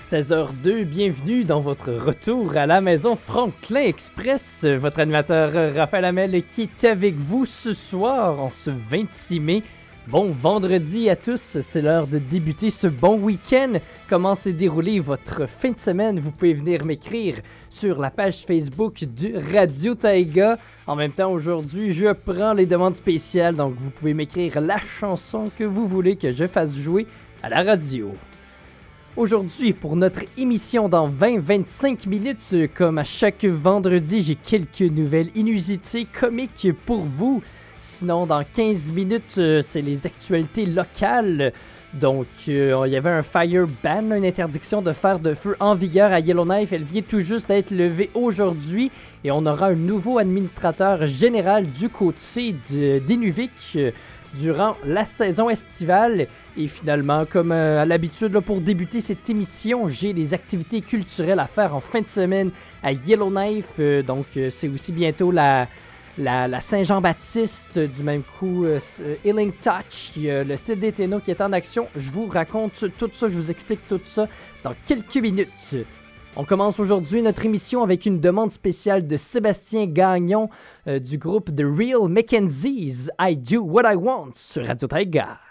16h02, bienvenue dans votre retour à la maison Franklin Express. Votre animateur Raphaël Hamel qui est avec vous ce soir en ce 26 mai. Bon vendredi à tous, c'est l'heure de débuter ce bon week-end. Comment s'est déroulée votre fin de semaine? Vous pouvez venir m'écrire sur la page Facebook du Radio Taïga. En même temps, aujourd'hui, je prends les demandes spéciales, donc vous pouvez m'écrire la chanson que vous voulez que je fasse jouer à la radio. Aujourd'hui, pour notre émission dans 20-25 minutes, comme à chaque vendredi, j'ai quelques nouvelles inusitées comiques pour vous. Sinon, dans 15 minutes, c'est les actualités locales. Donc, il y avait un fire ban, une interdiction de faire de feu en vigueur à Yellowknife. Elle vient tout juste d'être levée aujourd'hui. Et on aura un nouveau administrateur général du côté d'Inuvik durant la saison estivale. Et finalement, comme à l'habitude, là, pour débuter cette émission, j'ai des activités culturelles à faire en fin de semaine à Yellowknife. Donc, c'est aussi bientôt la Saint-Jean-Baptiste, du même coup, Healing Touch, le CDTNO qui est en action. Je vous raconte tout ça, je vous explique tout ça dans quelques minutes. On commence aujourd'hui notre émission avec une demande spéciale de Sébastien Gagnon du groupe The Real Mackenzies, I Do What I Want sur Radio Taïga.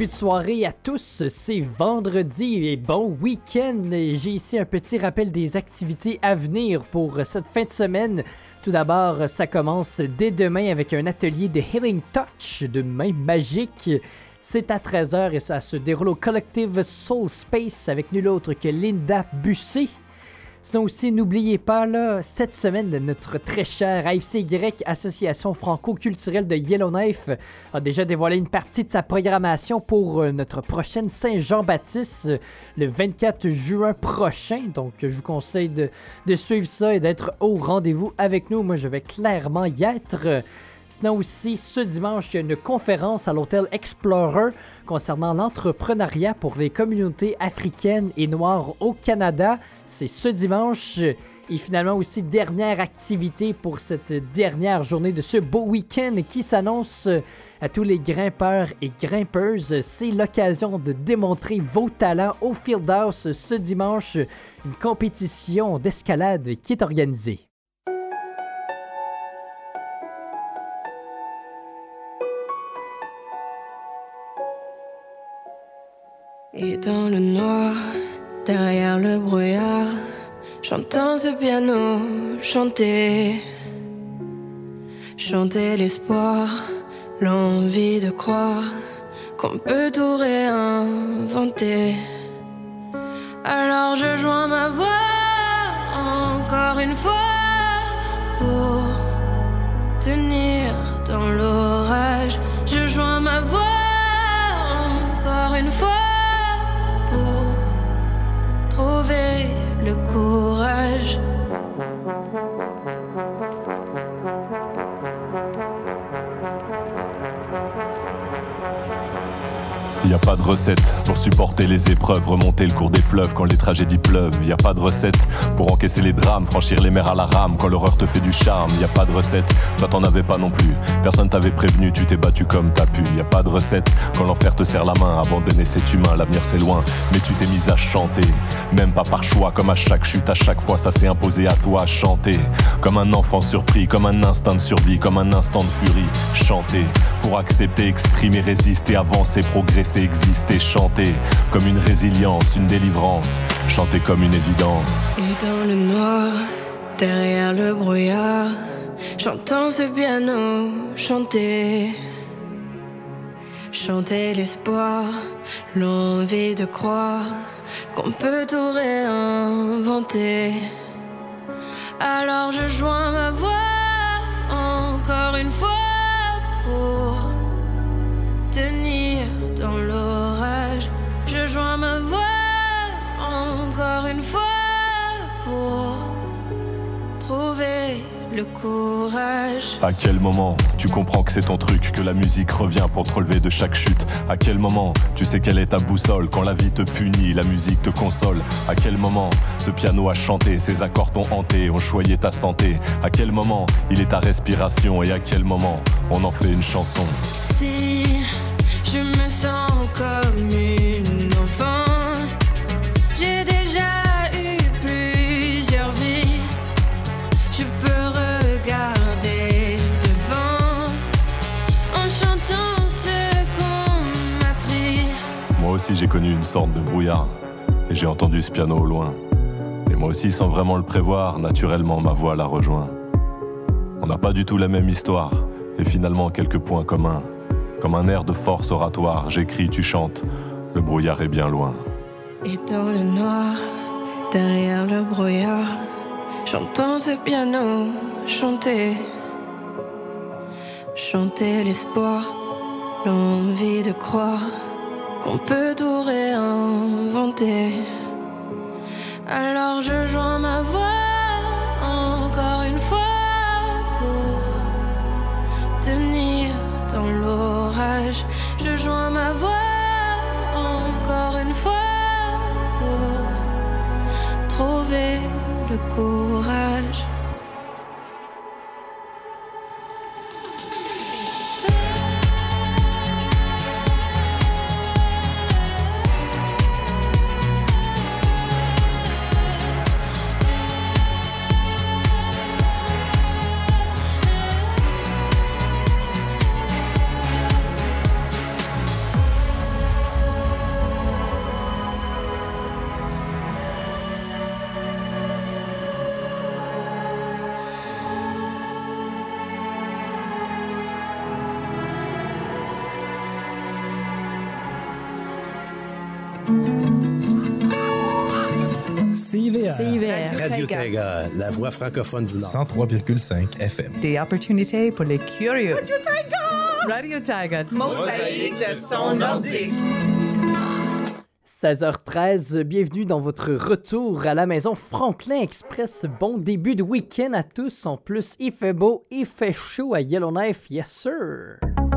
début de soirée à tous, c'est vendredi et bon week-end. J'ai ici un petit rappel des activités à venir pour cette fin de semaine. Tout d'abord, ça commence dès demain avec un atelier de Healing Touch, de main magique. C'est à 13h et ça se déroule au Collective Soul Space avec nul autre que Linda Bussé. Sinon aussi, n'oubliez pas, là, cette semaine, notre très cher AFCY, Association franco-culturelle de Yellowknife, a déjà dévoilé une partie de sa programmation pour notre prochaine Saint-Jean-Baptiste, le 24 juin prochain. Donc, je vous conseille de suivre ça et d'être au rendez-vous avec nous. Moi, je vais clairement y être. Sinon aussi, ce dimanche, il y a une conférence à l'hôtel Explorer concernant l'entrepreneuriat pour les communautés africaines et noires au Canada. C'est ce dimanche. Et finalement aussi, dernière activité pour cette dernière journée de ce beau week-end qui s'annonce à tous les grimpeurs et grimpeuses. C'est l'occasion de démontrer vos talents au Fieldhouse ce dimanche. Une compétition d'escalade qui est organisée. Et dans le noir, derrière le brouillard, j'entends ce piano chanter. Chanter l'espoir, l'envie de croire qu'on peut tout réinventer. Alors je joins ma voix encore une fois pour tenir dans l'orage. Je joins ma voix encore une fois pour trouver le courage. Y a pas de recette pour supporter les épreuves, remonter le cours des fleuves quand les tragédies pleuvent. Y a pas de recette pour encaisser les drames, franchir les mers à la rame quand l'horreur te fait du charme. Y a pas de recette, toi t'en avais pas non plus. Personne t'avait prévenu, tu t'es battu comme t'as pu. Y a pas de recette quand l'enfer te serre la main, abandonner c'est humain, l'avenir c'est loin. Mais tu t'es mise à chanter, même pas par choix, comme à chaque chute, à chaque fois ça s'est imposé à toi. Chanter, comme un enfant surpris, comme un instinct de survie, comme un instant de furie. Chanter, pour accepter, exprimer, résister, avancer, progresser, exister, chanter comme une résilience, une délivrance, chanter comme une évidence. Et dans le noir, derrière le brouillard, j'entends ce piano chanter. Chanter l'espoir, l'envie de croire qu'on peut tout réinventer. Alors je joins ma voix encore une fois pour tenir dans l'orage. Je joins ma voix encore une fois pour trouver le courage. À quel moment tu comprends que c'est ton truc, que la musique revient pour te relever de chaque chute? À quel moment tu sais quelle est ta boussole? Quand la vie te punit, la musique te console. À quel moment ce piano a chanté, ses accords t'ont hanté, ont choyé ta santé? À quel moment il est ta respiration? Et à quel moment on en fait une chanson? Si je me sens comme une enfant, j'ai déjà eu plusieurs vies. Je peux regarder devant en chantant ce qu'on m'a pris. Moi aussi j'ai connu une sorte de brouillard et j'ai entendu ce piano au loin. Et moi aussi sans vraiment le prévoir, naturellement ma voix l'a rejoint. On n'a pas du tout la même histoire et finalement quelques points communs. Comme un air de force oratoire, j'écris, tu chantes, le brouillard est bien loin. Et dans le noir, derrière le brouillard, j'entends ce piano chanter. Chanter l'espoir, l'envie de croire qu'on peut tout réinventer. Alors je joins ma voix encore une fois pour tenir dans l'orage. Je joins ma voix encore une fois pour trouver le courage. CIVR. Radio Taiga, la voix francophone du Nord. 103,5 FM. Des opportunités pour les curieux. Radio Taiga. Mosaïque de son nordique. 16h13, bienvenue dans votre retour à la maison Franklin Express. Bon début de week-end à tous. En plus, il fait beau, il fait chaud à Yellowknife, yes sir!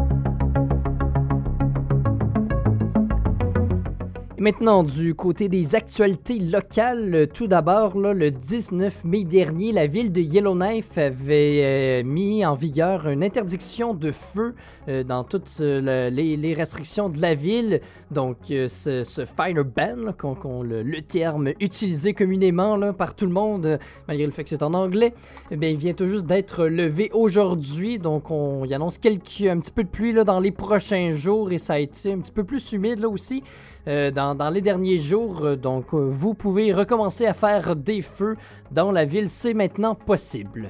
Et maintenant, du côté des actualités locales, tout d'abord, là, le 19 mai dernier, la ville de Yellowknife avait mis en vigueur une interdiction de feu dans toutes les restrictions de la ville. Donc, ce fire ban, là, le terme utilisé communément là, par tout le monde, malgré le fait que c'est en anglais, eh bien, il vient tout juste d'être levé aujourd'hui. Donc, il annonce un petit peu de pluie là, dans les prochains jours et ça a été un petit peu plus humide là aussi. Dans les derniers jours, donc vous pouvez recommencer à faire des feux dans la ville, c'est maintenant possible.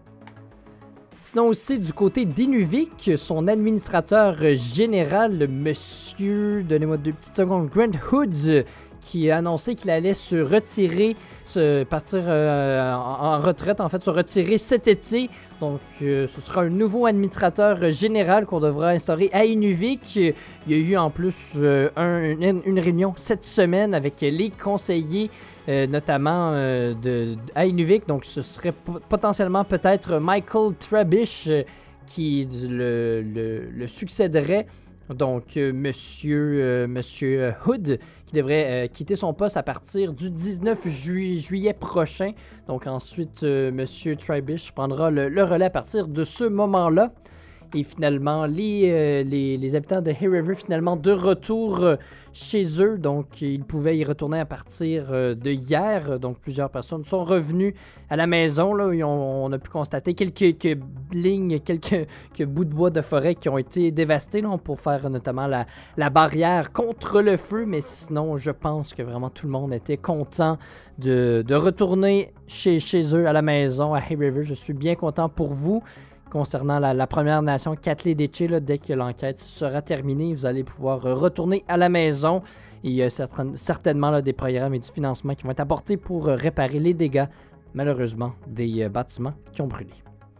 Sinon aussi du côté d'Inuvik, son administrateur général, monsieur, donnez-moi 2 petites secondes, Grant Hood, qui a annoncé qu'il allait se retirer, partir en retraite, en fait, se retirer cet été. Donc, ce sera un nouveau administrateur général qu'on devra instaurer à Inuvik. Il y a eu en plus une réunion cette semaine avec les conseillers, notamment à Inuvik. Donc, ce serait potentiellement peut-être Michael Trabish qui le succéderait. Donc, Monsieur Hood, qui devrait quitter son poste à partir du 19 juillet prochain. Donc, ensuite, Monsieur Trabish prendra le relais à partir de ce moment-là. Et finalement, les habitants de Hay River, finalement, de retour chez eux. Donc, ils pouvaient y retourner à partir de hier. Donc, plusieurs personnes sont revenues à la maison. Là, on a pu constater quelques lignes, quelques bouts de bois de forêt qui ont été dévastés là, pour faire notamment la barrière contre le feu. Mais sinon, je pense que vraiment tout le monde était content de retourner chez eux à la maison, à Hay River. Je suis bien content pour vous. Concernant la Première Nation Katledetche, dès que l'enquête sera terminée, vous allez pouvoir retourner à la maison. Et il y a certainement là, des programmes et du financement qui vont être apportés pour réparer les dégâts, malheureusement, des bâtiments qui ont brûlé.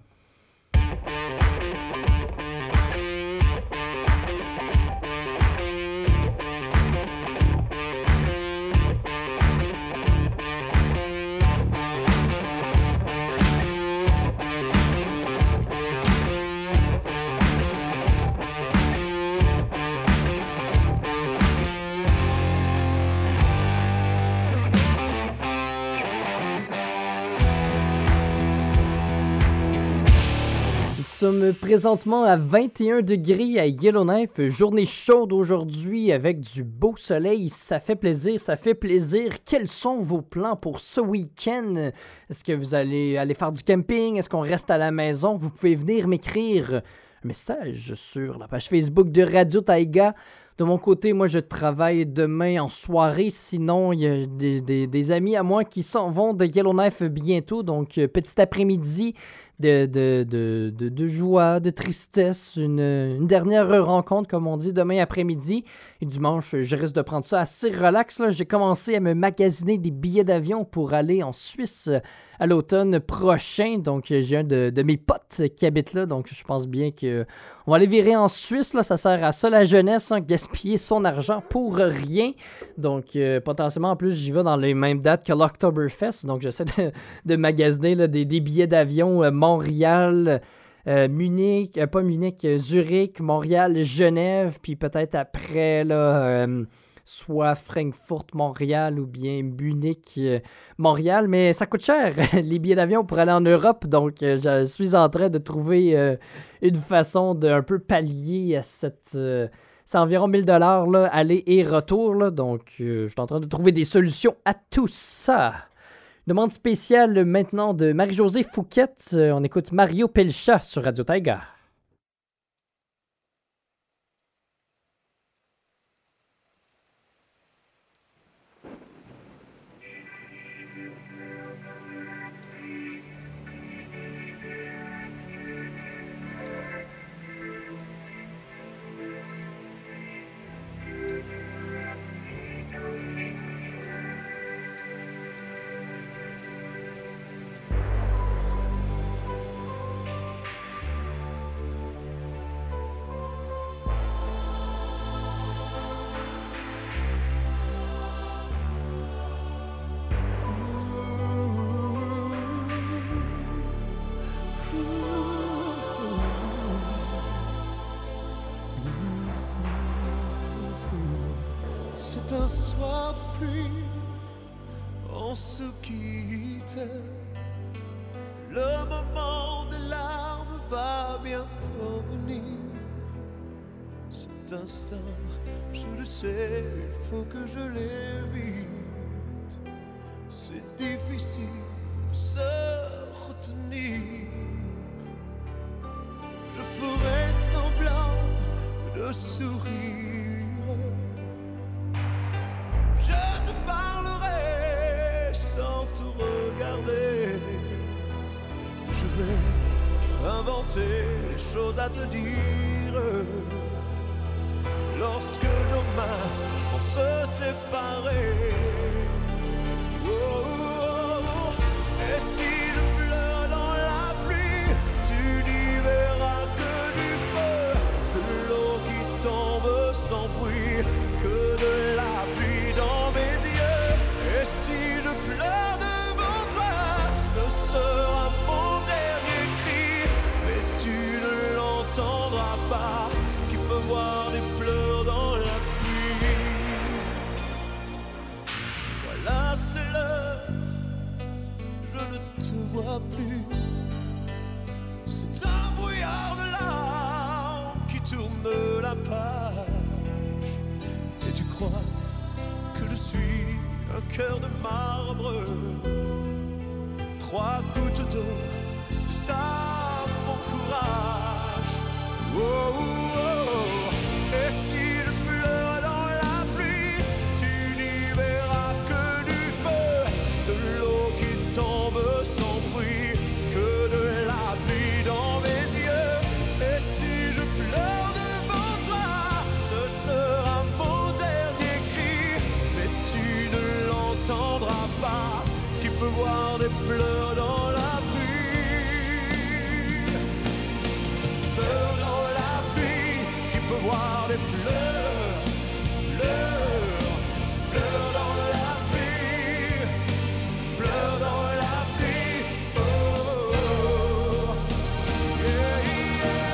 Nous sommes présentement à 21 degrés à Yellowknife, journée chaude aujourd'hui avec du beau soleil, ça fait plaisir, ça fait plaisir. Quels sont vos plans pour ce week-end? Est-ce que vous allez aller faire du camping? Est-ce qu'on reste à la maison? Vous pouvez venir m'écrire un message sur la page Facebook de Radio Taiga. De mon côté, moi, je travaille demain en soirée. Sinon, il y a des amis à moi qui s'en vont de Yellowknife bientôt. Donc, petit après-midi de joie, de tristesse. Une dernière rencontre, comme on dit, demain après-midi. Et dimanche, je risque de prendre ça assez relax. Là. J'ai commencé à me magasiner des billets d'avion pour aller en Suisse à l'automne prochain. Donc, j'ai un de mes potes qui habite là. Donc, je pense bien qu'on va aller virer en Suisse. Là. Ça sert à ça la jeunesse, hein, gaspiller son argent pour rien. Donc, potentiellement, en plus, j'y vais dans les mêmes dates que l'Oktoberfest. Donc, j'essaie de magasiner là, des billets d'avion Montréal, Munich, pas Munich, Zurich, Montréal, Genève. Puis peut-être après, là... soit Francfort, Montréal ou bien Munich, Montréal. Mais ça coûte cher, les billets d'avion pour aller en Europe. Donc, je suis en train de trouver une façon d'un peu pallier à cette... c'est environ 1 000 $ là, aller et retour. Là, donc, je suis en train de trouver des solutions à tout ça. Demande spéciale maintenant de Marie-Josée Fouquet. On écoute Mario Pelcha sur Radio Taiga. un soir de pluie, on se quitte. Le moment des larmes va bientôt venir. Cet instant, je le sais, il faut que je l'évite. C'est difficile de se retenir. Je ferai semblant de sourire. Je te parlerai sans te regarder. Je vais inventer des choses à te dire. Lorsque nos mains vont se séparer. Oh, oh, oh. Et si je pleure dans la pluie, tu n'y verras que du feu, de l'eau qui tombe sans bruit, que de la pluie dans mes yeux. Et si je pleure devant toi, ce sera mon dernier cri, mais tu ne l'entendras pas. Qui peut voir des pleurs dans la pluie? Voilà, c'est l'heure, je ne te vois plus. C'est un brouillard de larmes qui tourne la page. Et tu crois que je suis un cœur de marbre. 3 gouttes d'eau, c'est ça mon courage. Oh, oh, oh. Et si je pleure dans la pluie, tu n'y verras que du feu, de l'eau qui tombe sans bruit, que de la pluie dans mes yeux. Et si je pleure devant toi, ce sera mon dernier cri, mais tu ne l'entendras pas. Qui peut voir des pleurs dans la pluie? Pleurs dans la pluie, qui peut voir des pleurs, pleurs, pleurs dans la pluie, pleurs dans la pluie. Oh, oh, oh. Yeah, yeah,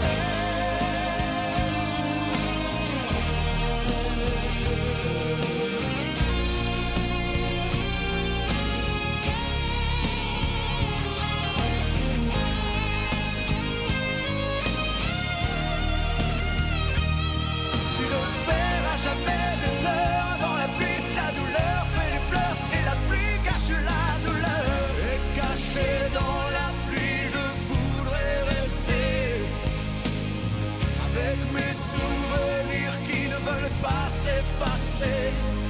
tu ne verras jamais de pleurs dans la pluie. La douleur fait les pleurs et la pluie cache la douleur. Et caché dans la pluie, je voudrais rester avec mes souvenirs qui ne veulent pas s'effacer.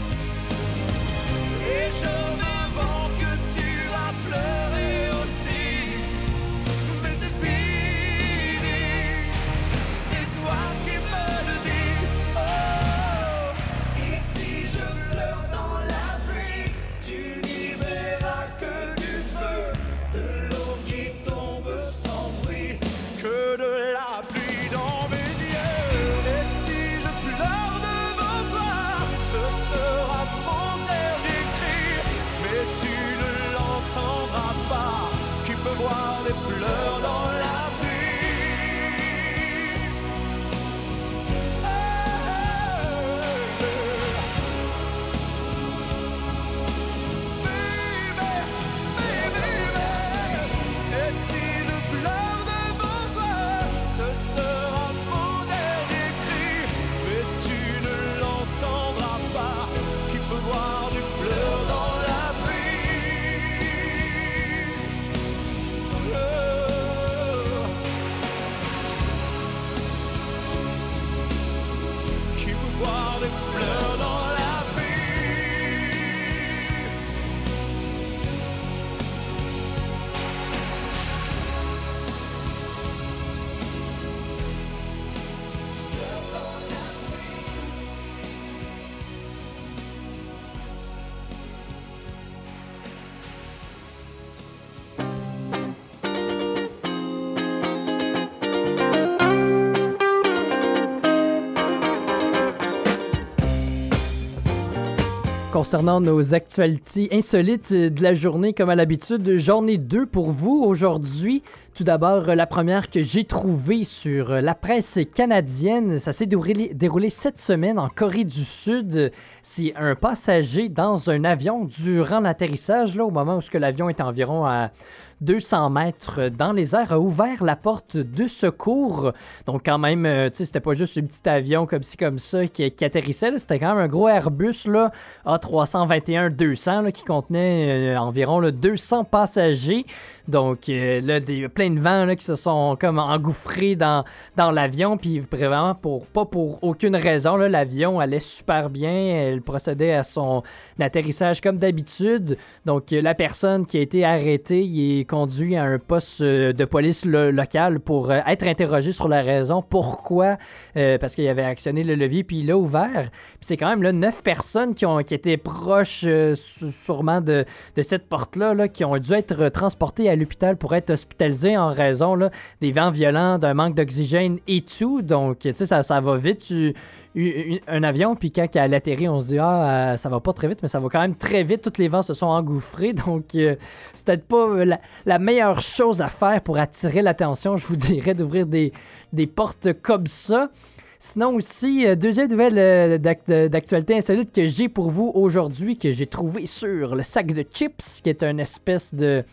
Et je m'invente que tu as pleuré aussi, mais c'est fini. C'est toi qui me le dis. Oh. Et si je pleure dans la pluie, tu n'y verras que du feu, de l'eau qui tombe sans bruit, que de la pluie dans mes yeux. Et si je pleure devant toi, ce sera mon dernier cri, mais tu ne l'entendras pas. Qui peut voir les pleurs dans la pluie? Baby, baby, baby. Et si je pleure devant toi, ce sera mon dernier cri, mais tu ne l'entendras pas. Qui peut voir du pleur dans la pluie? Qui peut voir des pleurs dans la pluie? Pleurs dans la pluie. concernant nos actualités insolites de la journée, comme à l'habitude, j'en ai deux pour vous aujourd'hui. Tout d'abord, la première que j'ai trouvée sur la presse canadienne, ça s'est déroulé cette semaine en Corée du Sud. C'est un passager dans un avion durant l'atterrissage, là, au moment où l'avion est environ à 200 mètres dans les airs, a ouvert la porte de secours. Donc quand même, tu sais, c'était pas juste un petit avion comme ci, comme ça qui atterrissait, là. C'était quand même un gros Airbus là, A321-200 là, qui contenait environ là, 200 passagers. Donc là, plein de vents là, qui se sont comme engouffrés dans l'avion, puis vraiment pas pour aucune raison. Là, l'avion allait super bien, elle procédait à son atterrissage comme d'habitude. Donc la personne qui a été arrêtée, il est conduit à un poste de police local pour être interrogé sur la raison pourquoi, parce qu'il avait actionné le levier puis il l'a ouvert. Puis c'est quand même là, 9 personnes qui étaient proches sûrement de cette porte-là, là, qui ont dû être transportées à l'hôpital pour être hospitalisées en raison là, des vents violents, d'un manque d'oxygène et tout. Donc, tu sais, ça va vite. Un avion, puis quand elle atterrit, on se dit ça va pas très vite, mais ça va quand même très vite. Tous les vents se sont engouffrés, donc c'est peut-être pas la meilleure chose à faire pour attirer l'attention, je vous dirais, d'ouvrir des portes comme ça. Sinon aussi, deuxième nouvelle d'actualité insolite que j'ai pour vous aujourd'hui, que j'ai trouvé sur le sac de chips, qui est une espèce de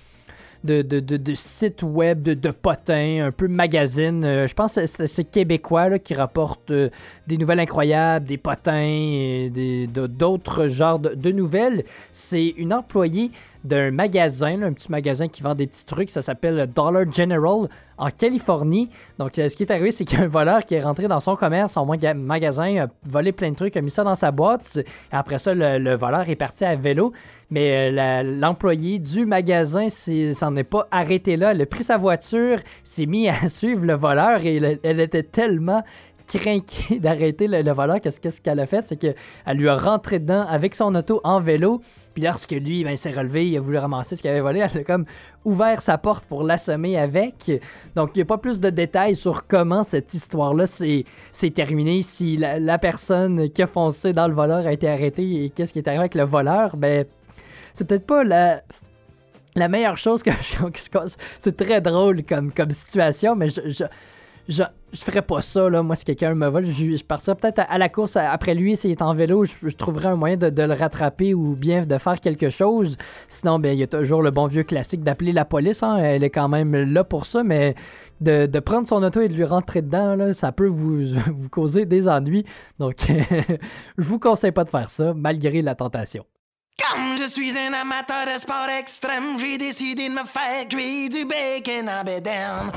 site web de potins, un peu magazine. Je pense que c'est québécois là, qui rapporte des nouvelles incroyables, des potins et d'autres genres de nouvelles. C'est une employée d'un magasin, là, un petit magasin qui vend des petits trucs, ça s'appelle Dollar General en Californie. Donc, ce qui est arrivé, c'est qu'il y a un voleur qui est rentré dans son commerce, son magasin, a volé plein de trucs, a mis ça dans sa boîte. Et après ça, le voleur est parti à vélo. Mais l'employé du magasin s'en est pas arrêté là. Elle a pris sa voiture, s'est mis à suivre le voleur et elle était tellement craquée d'arrêter le voleur. Qu'est-ce qu'elle a fait? C'est qu'elle lui a rentré dedans avec son auto en vélo. Puis lorsque lui, il s'est relevé, il a voulu ramasser ce qu'il avait volé, elle a comme ouvert sa porte pour l'assommer avec. Donc, il n'y a pas plus de détails sur comment cette histoire-là s'est terminée, si la personne qui a foncé dans le voleur a été arrêtée et qu'est-ce qui est arrivé avec le voleur. Ben, c'est peut-être pas la meilleure chose que c'est très drôle comme situation, mais je ferais pas ça, là. Moi, si quelqu'un me vole, je partirais peut-être à la course après lui. S'il est en vélo, je trouverais un moyen de le rattraper ou bien de faire quelque chose. Sinon, ben, il y a toujours le bon vieux classique d'appeler la police. Hein. Elle est quand même là pour ça, mais de prendre son auto et de lui rentrer dedans, là, ça peut vous causer des ennuis. Donc, je vous conseille pas de faire ça, malgré la tentation. Comme je suis un amateur de sport extrême, j'ai décidé de me faire cuire du bacon en bédaine.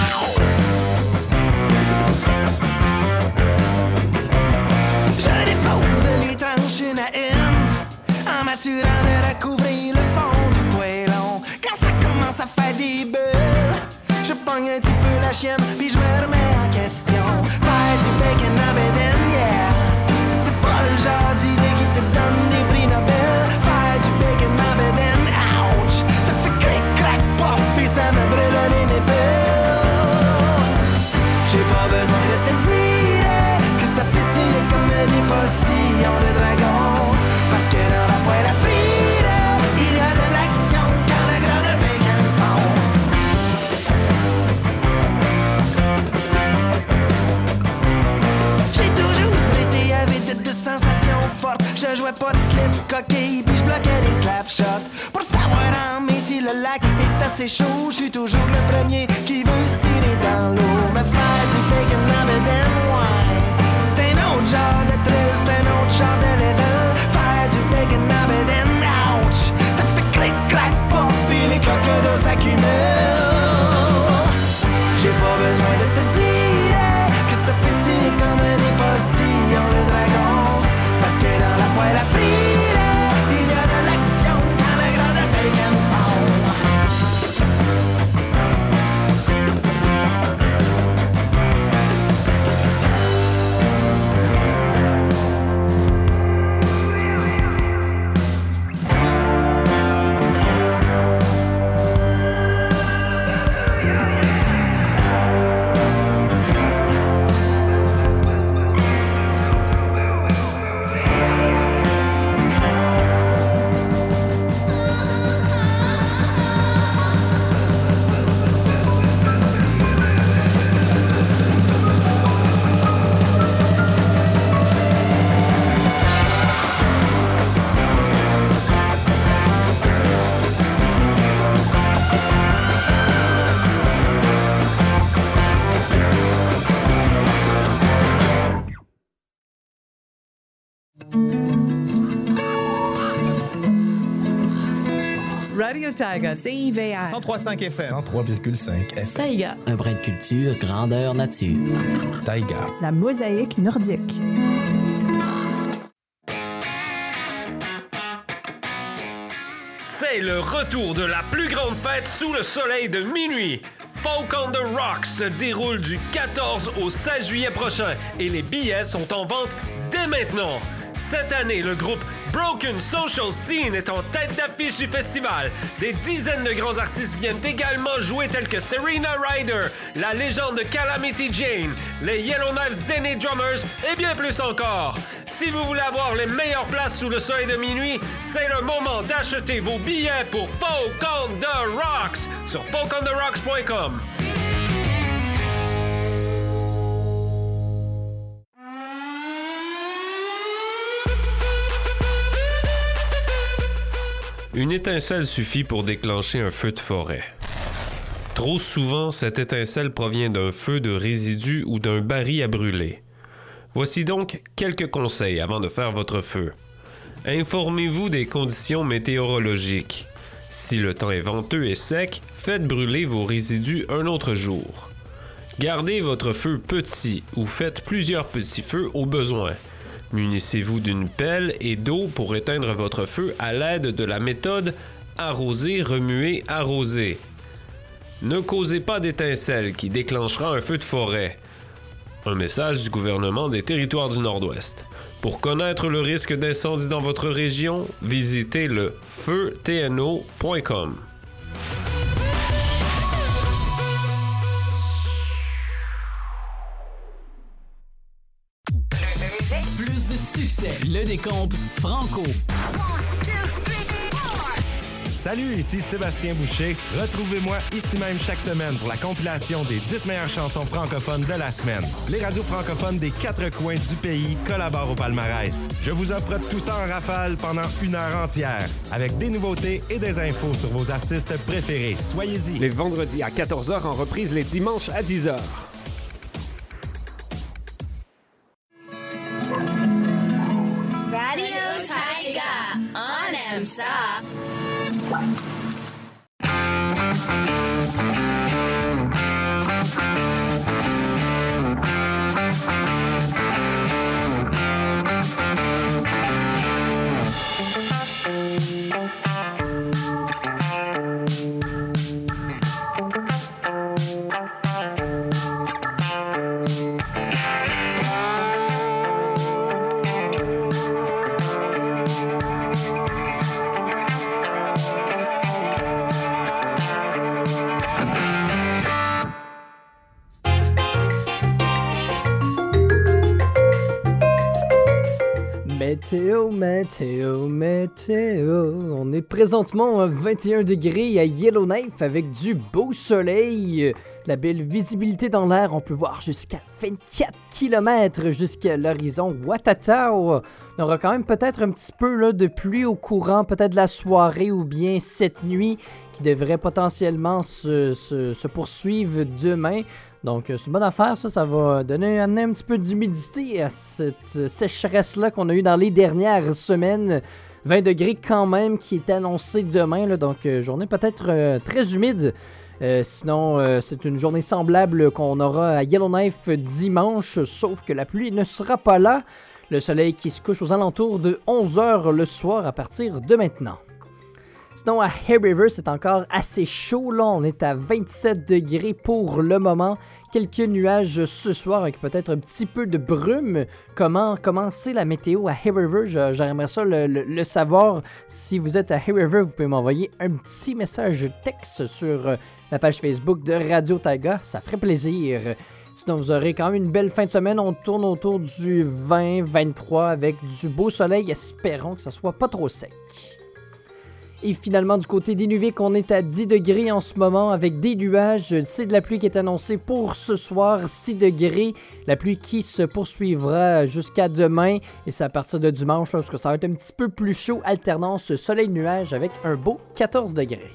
Je dépose les tranches une à une, en m'assurant de recouvrir le fond du poêlon. Quand ça commence à faire des bulles, je pogne un petit peu la chienne, puis je me remets en question. Faire du bacon en bédaine, yeah, c'est pas le genre d'idée qui te donne des prix Nobel. Faire du bacon en bédaine, ouch, ça fait cric, crac, pof, et ça me brûle les nipples. J'ai pas besoin de te dire que ça pétille comme des postillons de dragon, parce que dans la poêle à frire, il y a de l'action quand le gras de bacon fond. J'ai toujours été avide de sensations fortes. Je jouais pas de slip coquille, puis je bloquais des slapshots. Pour savoir en mai si le lac est assez chaud, je suis toujours le premier qui veut se tirer dans l'eau. Me faire du bacon en bédaine, ouais, c'est un autre genre de thrill, c'est un autre genre de level. Faire du bacon en bédaine, ouch, ça fait cric, crac, pof, et les cloques d'eau s'accumulent. J'ai pas besoin de te dire que ça pétille comme des postillons de dragon, parce que dans la poêle à frire, il y a de l'action quand le gras de bacon fond. Radio Taiga. CIVR. 103.5 FM. 103,5 FM. Taiga. Un brin de culture, grandeur nature. Taiga. La mosaïque nordique. C'est le retour de la plus grande fête sous le soleil de minuit. Folk on the Rocks se déroule du 14 au 16 juillet prochain et les billets sont en vente dès maintenant. Cette année, le groupe Broken Social Scene est en tête d'affiche du festival. Des dizaines de grands artistes viennent également jouer tels que Serena Ryder, la légende de Calamity Jane, les Yellowknives Denny Drummers et bien plus encore. Si vous voulez avoir les meilleures places sous le soleil de minuit, c'est le moment d'acheter vos billets pour Folk on the Rocks sur folkontherocks.com. Une étincelle suffit pour déclencher un feu de forêt. Trop souvent, cette étincelle provient d'un feu de résidus ou d'un baril à brûler. Voici donc quelques conseils avant de faire votre feu. Informez-vous des conditions météorologiques. Si le temps est venteux et sec, faites brûler vos résidus un autre jour. Gardez votre feu petit ou faites plusieurs petits feux au besoin. Munissez-vous d'une pelle et d'eau pour éteindre votre feu à l'aide de la méthode arroser, remuer, arroser. Ne causez pas d'étincelle qui déclenchera un feu de forêt. Un message du gouvernement des Territoires du Nord-Ouest. Pour connaître le risque d'incendie dans votre région, visitez le feutno.com. Plus de succès, le décompte franco. Salut, ici Sébastien Boucher. Retrouvez-moi ici même chaque semaine pour la compilation des 10 meilleures chansons francophones de la semaine. Les radios francophones des 4 coins du pays collaborent au palmarès. Je vous offre tout ça en rafale pendant 1 heure entière, avec des nouveautés et des infos sur vos artistes préférés. Soyez-y. Les vendredis à 14h en reprise les dimanches à 10h. Radio Taiga, on aime ça. Météo. On est présentement à 21 degrés à Yellowknife avec du beau soleil. La belle visibilité dans l'air, on peut voir jusqu'à 24 km jusqu'à l'horizon Watatao. On aura quand même peut-être un petit peu là, de pluie au courant, peut-être la soirée ou bien cette nuit qui devrait potentiellement se poursuivre demain. Donc, c'est une bonne affaire, ça va amener un petit peu d'humidité à cette sécheresse-là qu'on a eue dans les dernières semaines. 20 degrés quand même qui est annoncé demain, là, donc journée peut-être très humide. Sinon, c'est une journée semblable qu'on aura à Yellowknife dimanche, sauf que la pluie ne sera pas là. Le soleil qui se couche aux alentours de 11h le soir à partir de maintenant. Sinon, à Hay River, c'est encore assez chaud. Là, on est à 27 degrés pour le moment. Quelques nuages ce soir avec peut-être un petit peu de brume. Comment c'est la météo à Hay River? J'aimerais ça le savoir. Si vous êtes à Hay River, vous pouvez m'envoyer un petit message texte sur la page Facebook de Radio Taiga. Ça ferait plaisir. Sinon, vous aurez quand même une belle fin de semaine. On tourne autour du 20-23 avec du beau soleil. Espérons que ça soit pas trop sec. Et finalement, du côté d'Inuvik, on est à 10 degrés en ce moment avec des nuages. C'est de la pluie qui est annoncée pour ce soir, 6 degrés. La pluie qui se poursuivra jusqu'à demain. Et c'est à partir de dimanche, là, parce que ça va être un petit peu plus chaud. Alternance soleil-nuage avec un beau 14 degrés.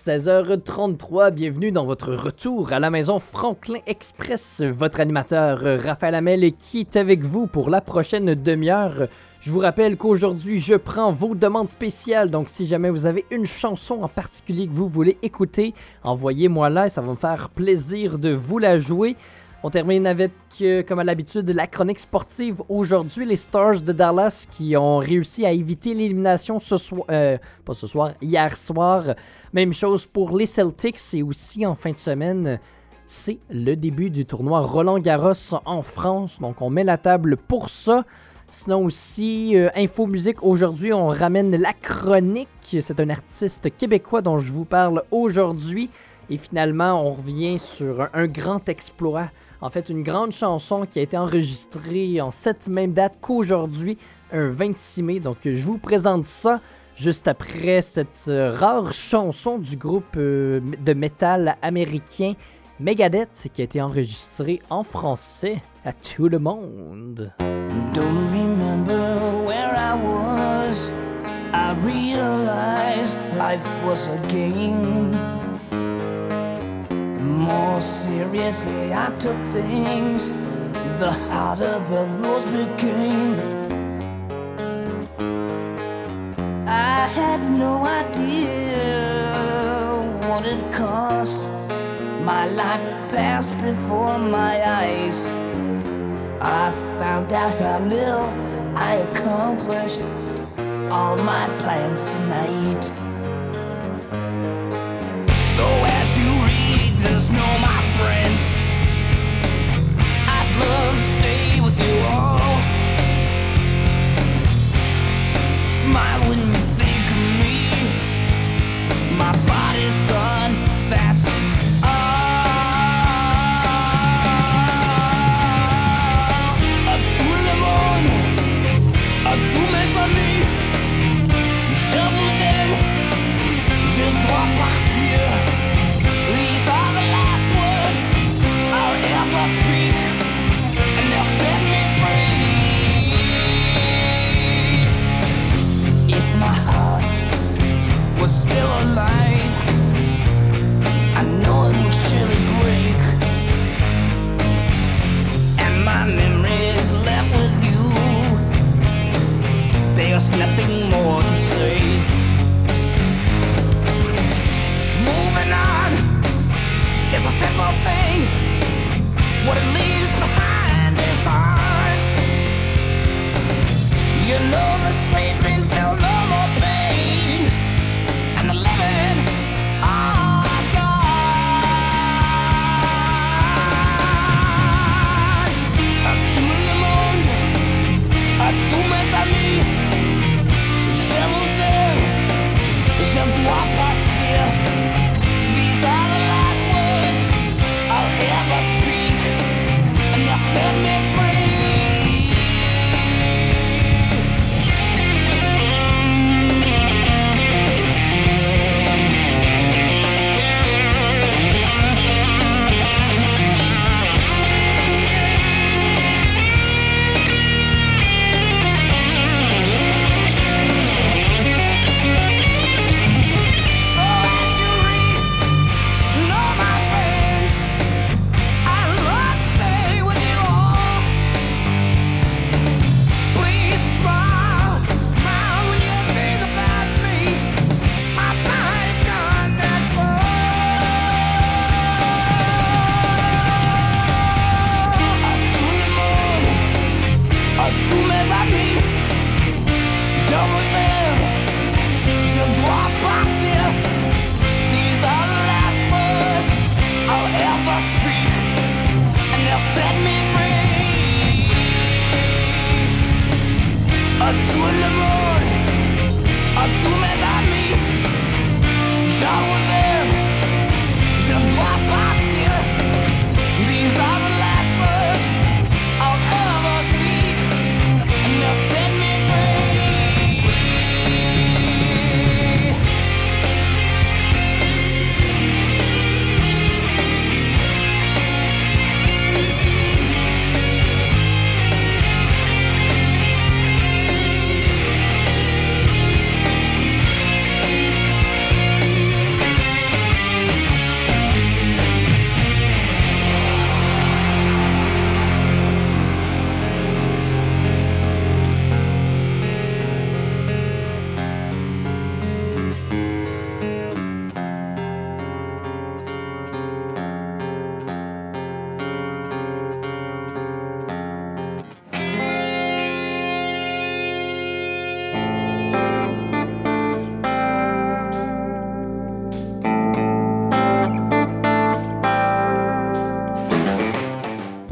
16h33, bienvenue dans votre retour à la maison Franklin Express. Votre animateur Raphaël Hamel qui est avec vous pour la prochaine demi-heure. Je vous rappelle qu'aujourd'hui, je prends vos demandes spéciales. Donc, si jamais vous avez une chanson en particulier que vous voulez écouter, envoyez-moi là et ça va me faire plaisir de vous la jouer. On termine avec, comme à l'habitude, la chronique sportive. Aujourd'hui, les Stars de Dallas qui ont réussi à éviter l'élimination hier soir. Même chose pour les Celtics et aussi en fin de semaine, c'est le début du tournoi Roland-Garros en France. Donc, on met la table pour ça. Sinon aussi, Info Musique, aujourd'hui, on ramène la chronique. C'est un artiste québécois dont je vous parle aujourd'hui. Et finalement, on revient sur un grand exploit. En fait, une grande chanson qui a été enregistrée en cette même date qu'aujourd'hui, un 26 mai. Donc, je vous présente ça juste après cette rare chanson du groupe de métal américain Megadeth qui a été enregistrée en français à tout le monde. Don't remember where I was. I realized life was a game. More seriously I took things, the harder the rules became. I had no idea what it cost. My life passed before my eyes. I found out how little I accomplished all my plans tonight. So as you read this, know my friends, I'd love to stay with you all. Smile when you think of me. My body's gone, that's all. À tout le monde, à tous mes amis, je vous aime.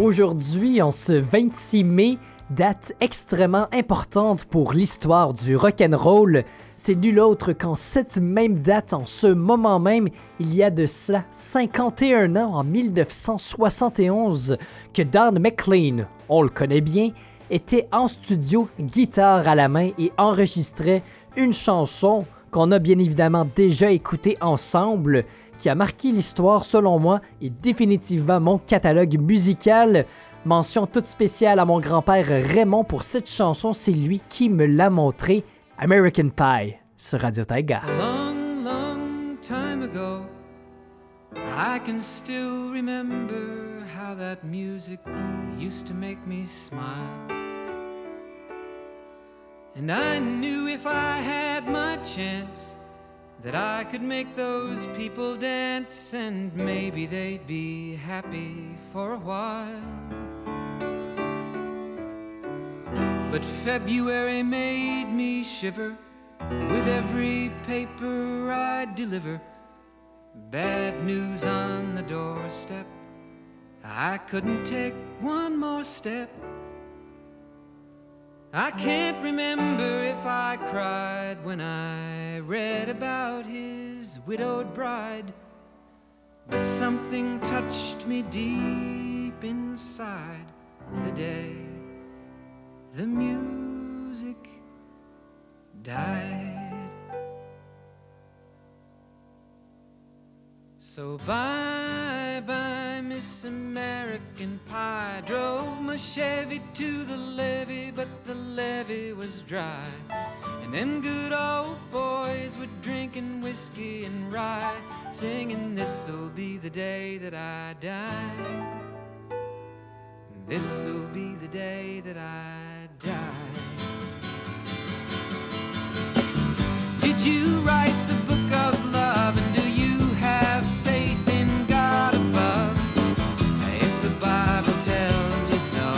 Aujourd'hui, en ce 26 mai, date extrêmement importante pour l'histoire du rock'n'roll. C'est nul autre qu'en cette même date, en ce moment même, il y a de cela 51 ans, en 1971, que Don McLean, on le connaît bien, était en studio, guitare à la main et enregistrait une chanson qu'on a bien évidemment déjà écoutée ensemble, qui a marqué l'histoire selon moi et définitivement mon catalogue musical. Mention toute spéciale à mon grand-père Raymond pour cette chanson, c'est lui qui me l'a montré. American Pie sur Radio Taiga. Long, long time ago, I can still remember how that music used to make me smile. And I knew if I had my chance that I could make those people dance, and maybe they'd be happy for a while. But February made me shiver with every paper I deliver. Bad news on the doorstep, I couldn't take one more step. I can't remember if I cried when I read about his widowed bride, but something touched me deep inside the day the music died. So bye-bye, Miss American Pie. Drove my Chevy to the levee, but the levee was dry. And them good old boys were drinking whiskey and rye, singing, this'll be the day that I die. This'll be the day that I die. Did you write the book of love, and do you have faith in God above? If the Bible tells you so.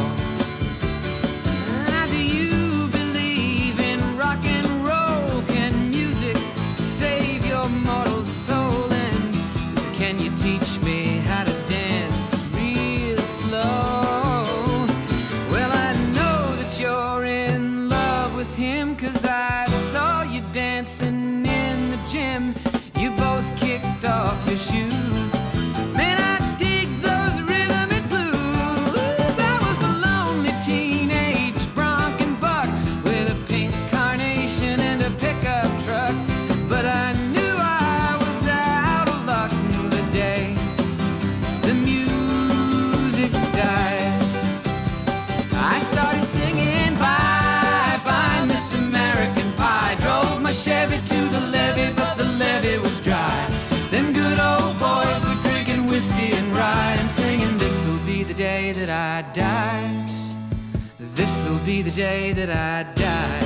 Do you believe in rock and roll? Can music save your mortal soul? And can you teach me how to dance real slow? Well, I know that you're in love with him, 'cause I saw you dancing in the gym. You both kicked off your shoes. Man, I dig those rhythm and blues. I was a lonely teenage bronc and buck with a pink carnation and a pickup truck, but I knew I was out of luck the day the music died. I started singing bye-bye, Miss American Pie. Drove my Chevy to the levee, but the levee was dry. Them good old boys were drinking whiskey and rye and singing, this'll be the day that I die. This'll be the day that I die.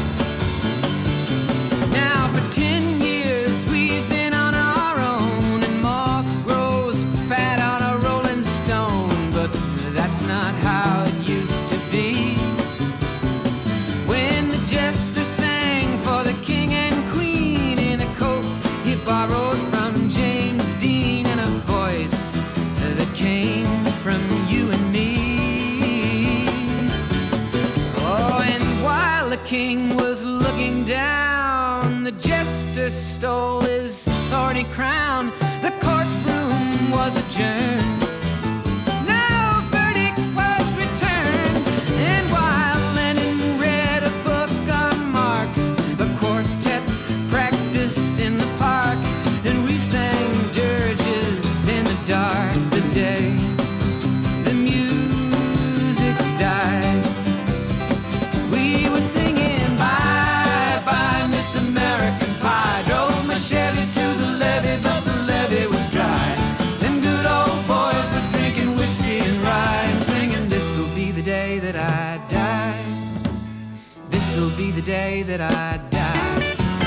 Now for 10 years we've been on our own, and moss grows fat on a rolling stone, but that's not how it used to be. When the jester sang for the king and queen in a coat he borrowed from James Dean, and a voice that came from you and me. Oh, and while the king was looking down, the jester stole his thorny crown. The courtroom was adjourned. No verdict was returned. And while Lenin read a book on Marx, the quartet practiced in the park, and we sang dirges in the dark the day the music died. We were singing bye-bye, Miss American Pie. Drove my Chevy to the levee, but the levee was dry. Them good old boys were drinking whiskey and rye and singing, this'll be the day that I die. This'll be the day that I die.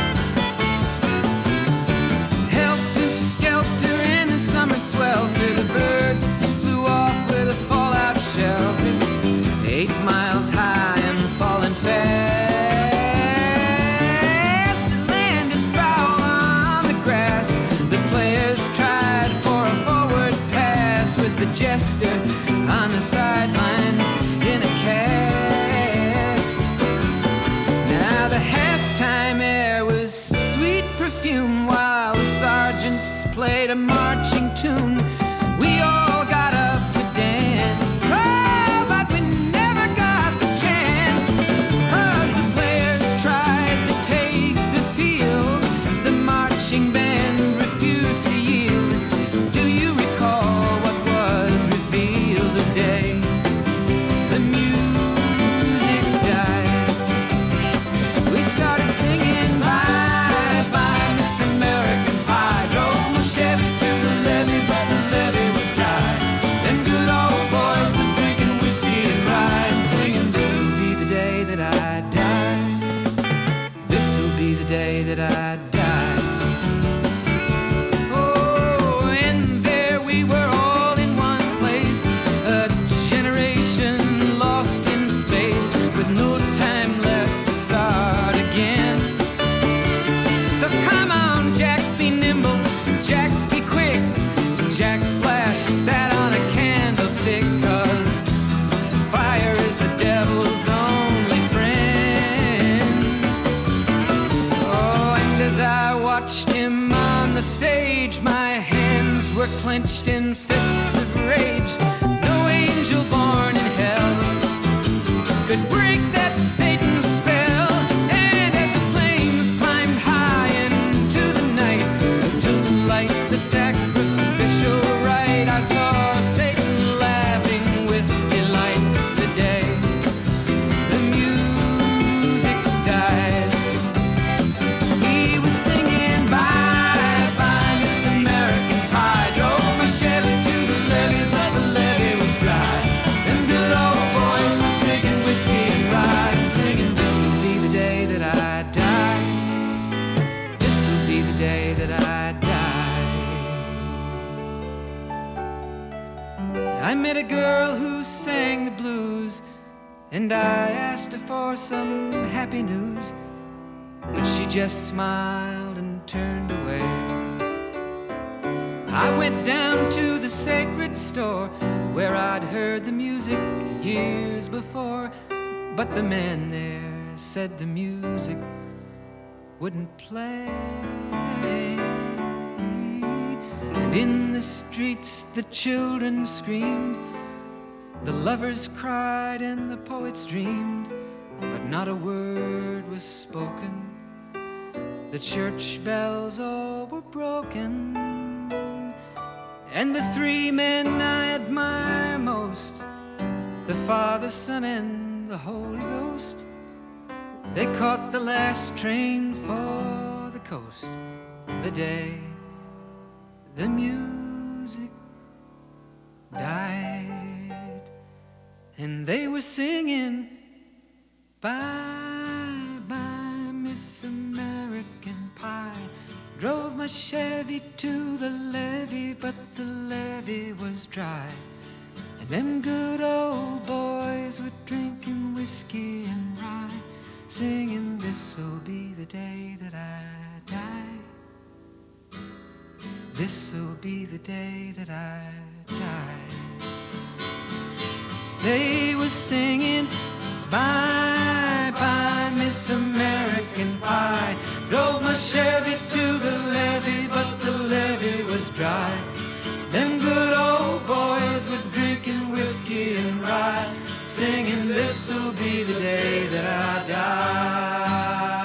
Helter-skelter in the summer swelter, the birds flew off with a fallout shelter. 8 miles high and falling fast, it landed foul on the grass. The players tried for a forward pass with the jester on the sidelines in a cast. Now the halftime air was sweet perfume while the sergeants played a marching tune. We all got up to dance, oh, but we never got the chance, 'cause the players tried to take the field. The marching band refused to yield. Do you recall what was revealed the day the music died? We started singing bye bye Miss American Pie. Drove my Chevy to the levee, but the levee was dry. Them good old boys were drinking whiskey and rye and singing, this'll be the day that I die. This'll be the day that I die. Oh, and there we were all in one place, a generation lost in space with no time left to start again. So come on, Jack, be nimble, Jack, be quick. Jack Flash sat on a candlestick, 'cause fire is the devil's only friend. Oh, and as I watched him on the stage, my hands were clenched in fists of rage. No angel born in hell could break that Satan's spell. And as the flames climbed high into the night to light the sacrificial rite, I saw Satan laughing with delight the day the music died. He was singing bye bye Miss American Pie. Drove my Chevy to the levee, but the levee was dry. Them good old boys were drinking whiskey and rye and singing, this'll be the day that I die. This'll be the day that I die. I met a girl who sang the blues, and I asked her for some happy news, but she just smiled and turned away. I went down to the sacred store where I'd heard the music years before, but the man there said the music wouldn't play. And in the streets the children screamed, the lovers cried and the poets dreamed, but not a word was spoken. The church bells all were broken, and the three men I admire most, the Father, Son, and the Holy Ghost, they caught the last train for the coast the day the music died. And they were singing bye bye Miss American Pie. Drove my Chevy to the levee, but the levee was dry. And them good old boys were drinking whiskey and rye, singing, this'll be the day that I die. This'll be the day that I die. They were singing bye bye Miss American Pie. Drove my Chevy to the levee, but the levee was dry. Them good old boys were drinking whiskey and rye, singing, this'll be the day that I die.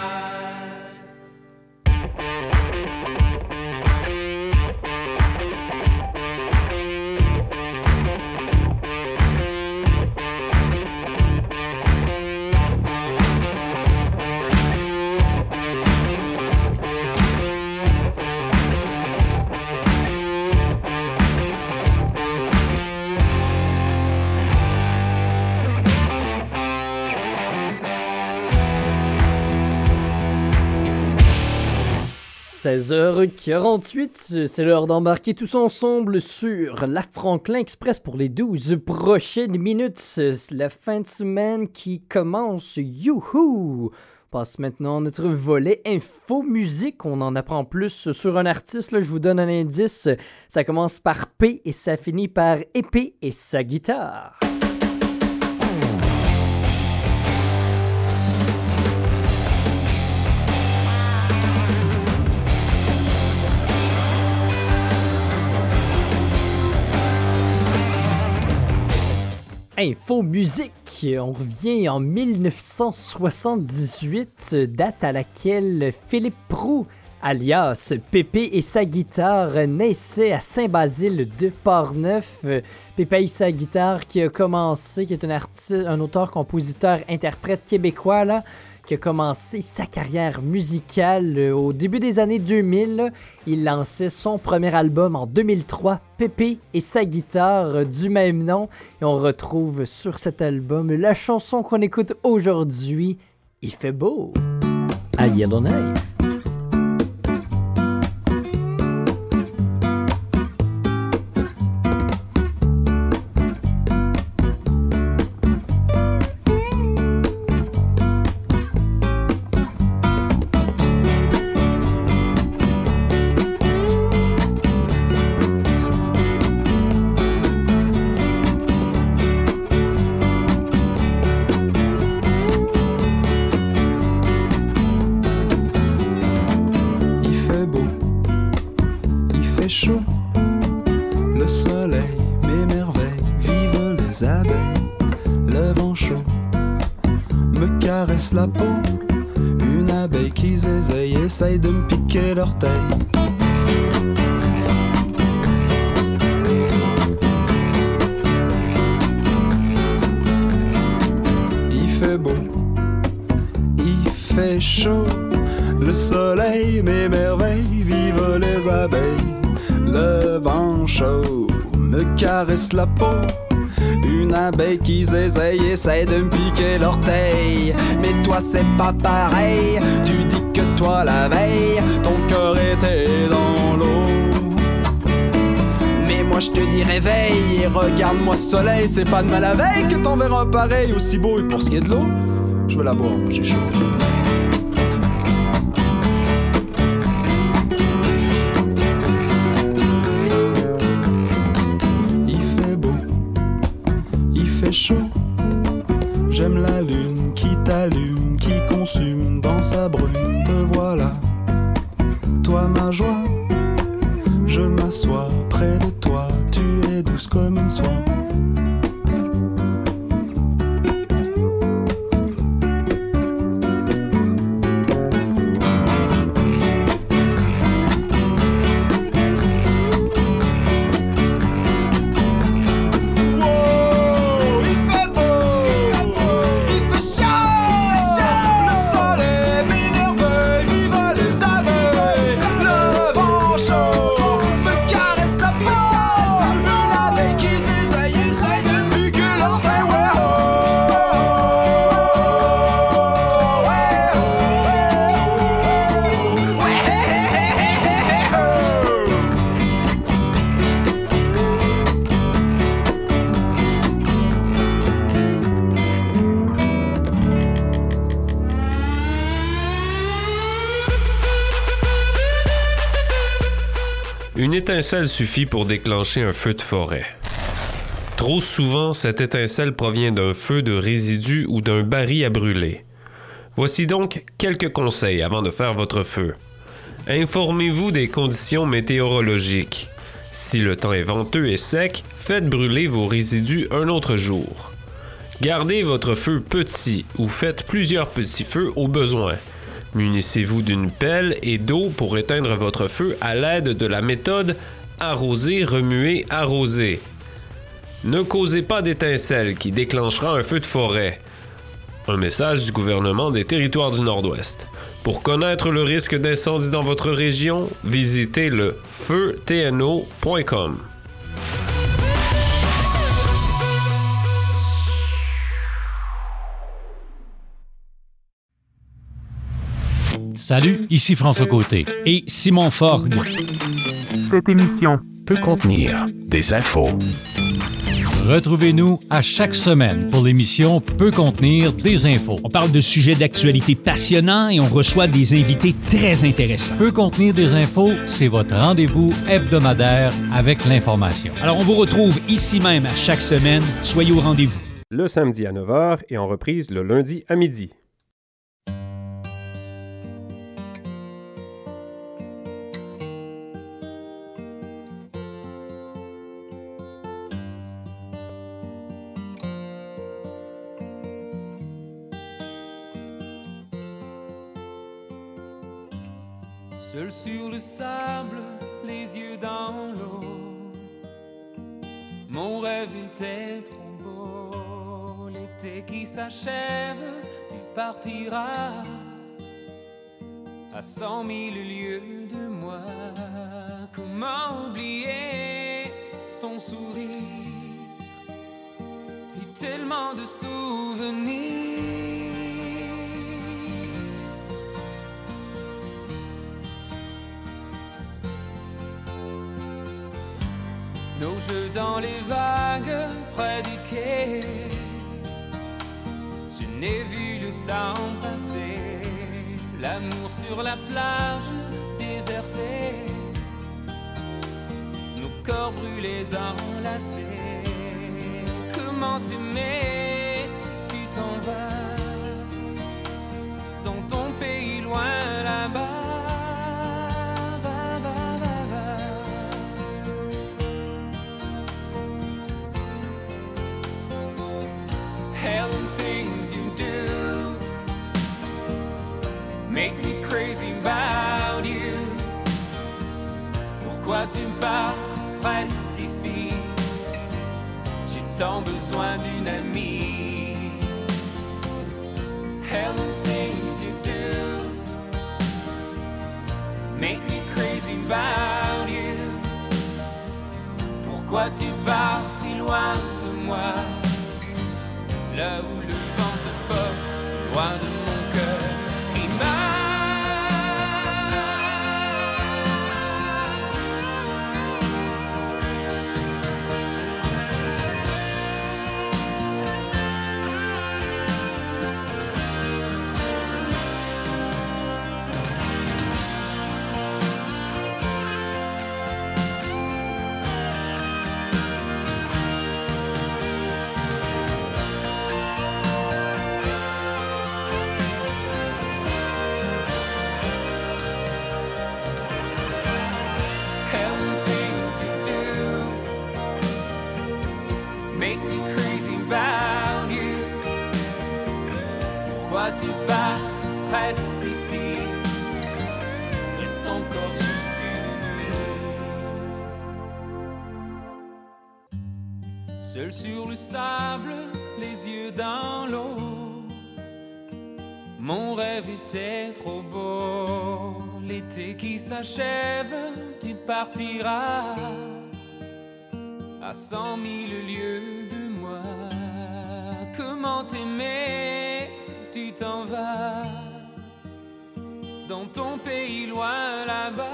16h48, c'est l'heure d'embarquer tous ensemble sur la Franklin Express pour les 12 prochaines minutes. La fin de semaine qui commence, youhou! passe maintenant à notre volet Info Musique. On en apprend plus sur un artiste. Là, je vous donne un indice. Ça commence par P et ça finit par épée et sa guitare. Info Musique, on revient en 1978, date à laquelle Philippe Proulx, alias Pépé et sa guitare, naissait à Saint-Basile de Portneuf. Pépé et sa guitare qui a commencé, qui est un auteur, compositeur, interprète québécois, là, qui a commencé sa carrière musicale au début des années 2000. Il lançait son premier album en 2003, Pépé et sa guitare, du même nom. Et on retrouve sur cet album la chanson qu'on écoute aujourd'hui, Il fait beau, à Yellowknife. La peau, une abeille qui zézeille essaye de me piquer l'orteil. Il fait beau, il fait chaud, le soleil m'émerveille, vive les abeilles. Le vent chaud me caresse la peau, une abeille qui zézeille essaie de me piquer l'orteil. Mais toi c'est pas pareil, tu dis que toi la veille ton cœur était dans l'eau. Mais moi je te dis réveille, regarde-moi ce soleil, c'est pas de mal la veille que t'en verras un pareil aussi beau. Et pour ce qui est de l'eau, je veux la boire, moi j'ai chaud. Chaud. J'aime la lune qui t'allume, qui consume dans sa brume. Te voilà, toi ma joie. Je m'assois près de toi, tu es douce comme une soie. Une étincelle suffit pour déclencher un feu de forêt. Trop souvent, cette étincelle provient d'un feu de résidus ou d'un baril à brûler. Voici donc quelques conseils avant de faire votre feu. Informez-vous des conditions météorologiques. Si le temps est venteux et sec, faites brûler vos résidus un autre jour. Gardez votre feu petit ou faites plusieurs petits feux au besoin. Munissez-vous d'une pelle et d'eau pour éteindre votre feu à l'aide de la méthode arroser, remuer, arroser. Ne causez pas d'étincelle qui déclenchera un feu de forêt. Un message du gouvernement des Territoires du Nord-Ouest. Pour connaître le risque d'incendie dans votre région, visitez le feutno.com. Salut, ici François Côté et Simon Forgue. Cette émission peut contenir des infos. Retrouvez-nous à chaque semaine pour l'émission Peut contenir des infos. On parle de sujets d'actualité passionnants et on reçoit des invités très intéressants. Peut contenir des infos, c'est votre rendez-vous hebdomadaire avec l'information. Alors on vous retrouve ici même à chaque semaine. Soyez au rendez-vous. Le samedi à 9h et en reprise le lundi à midi. Seul sur le sable, les yeux dans l'eau, mon rêve était trop beau. L'été qui s'achève, tu partiras à 100 000 lieues de moi. Comment oublier ton sourire et tellement de souvenirs. Nos jeux dans les vagues près du quai, je n'ai vu le temps passer. L'amour sur la plage désertée, nos corps brûlés enlacés. Comment t'aimer si tu t'en vas dans ton pays loin là-bas. Hell and things you do make me crazy about you. Pourquoi tu pars, reste ici. J'ai tant besoin d'une amie. Hell and things you do make me crazy about you. Pourquoi tu pars si loin de moi? Là où le vent te porte, loin de mon cœur qui bat. Tu pars, reste ici, reste encore juste une nuit. Seul sur le sable, les yeux dans l'eau, mon rêve était trop beau. L'été qui s'achève, tu partiras à 100 000 lieues de moi. Comment t'aimer si tu t'en vas dans ton pays loin là-bas.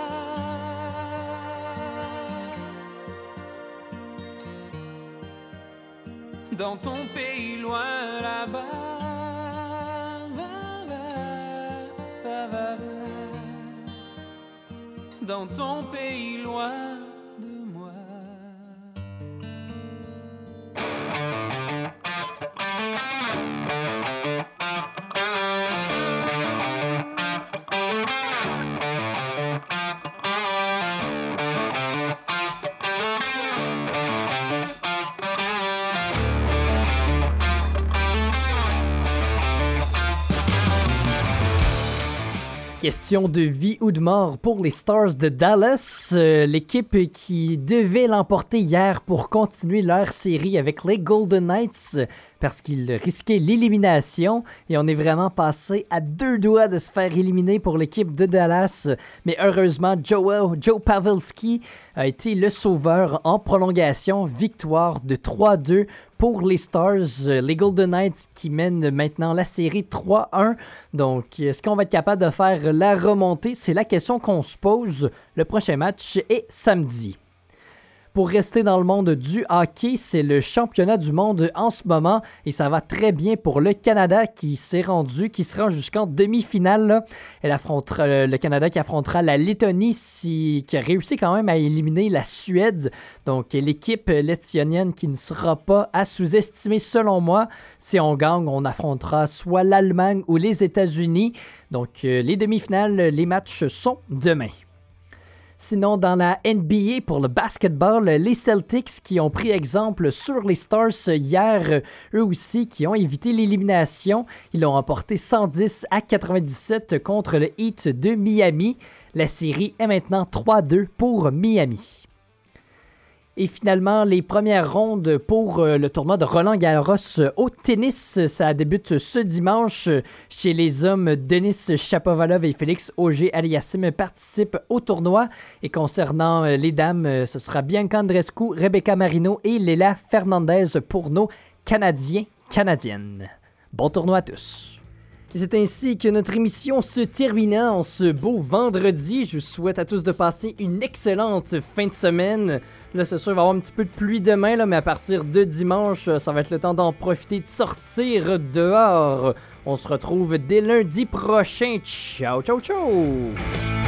Dans ton pays loin là-bas. Dans ton pays loin de moi. Question de vie ou de mort pour les Stars de Dallas, l'équipe qui devait l'emporter hier pour continuer leur série avec les Golden Knights parce qu'ils risquaient l'élimination et on est vraiment passé à 2 doigts de se faire éliminer pour l'équipe de Dallas. Mais heureusement, Joe Pavelski a été le sauveur en prolongation, victoire de 3-2 pour les Stars, les Golden Knights qui mènent maintenant la série 3-1. Donc, est-ce qu'on va être capable de faire la remontée? C'est la question qu'on se pose. Le prochain match est samedi. Pour rester dans le monde du hockey, c'est le championnat du monde en ce moment et ça va très bien pour le Canada qui se rend jusqu'en demi-finale. Là. Le Canada qui affrontera la Lettonie qui a réussi quand même à éliminer la Suède. Donc l'équipe lettonienne qui ne sera pas à sous-estimer selon moi. Si on gagne, on affrontera soit l'Allemagne ou les États-Unis. Donc les demi-finales, les matchs sont demain. Sinon, dans la NBA pour le basketball, les Celtics qui ont pris exemple sur les Stars hier, eux aussi qui ont évité l'élimination. Ils l'ont remporté 110-97 contre le Heat de Miami. La série est maintenant 3-2 pour Miami. Et finalement, les premières rondes pour le tournoi de Roland-Garros au tennis, ça débute ce dimanche. Chez les hommes, Denis Shapovalov et Félix Auger-Aliassime participent au tournoi. Et concernant les dames, ce sera Bianca Andreescu, Rebecca Marino et Leila Fernandez pour nos Canadiennes. Bon tournoi à tous! Et c'est ainsi que notre émission se termina en ce beau vendredi. Je vous souhaite à tous de passer une excellente fin de semaine. Là, c'est sûr, il va y avoir un petit peu de pluie demain, là, mais à partir de dimanche, ça va être le temps d'en profiter, de sortir dehors. On se retrouve dès lundi prochain. Ciao, ciao, ciao!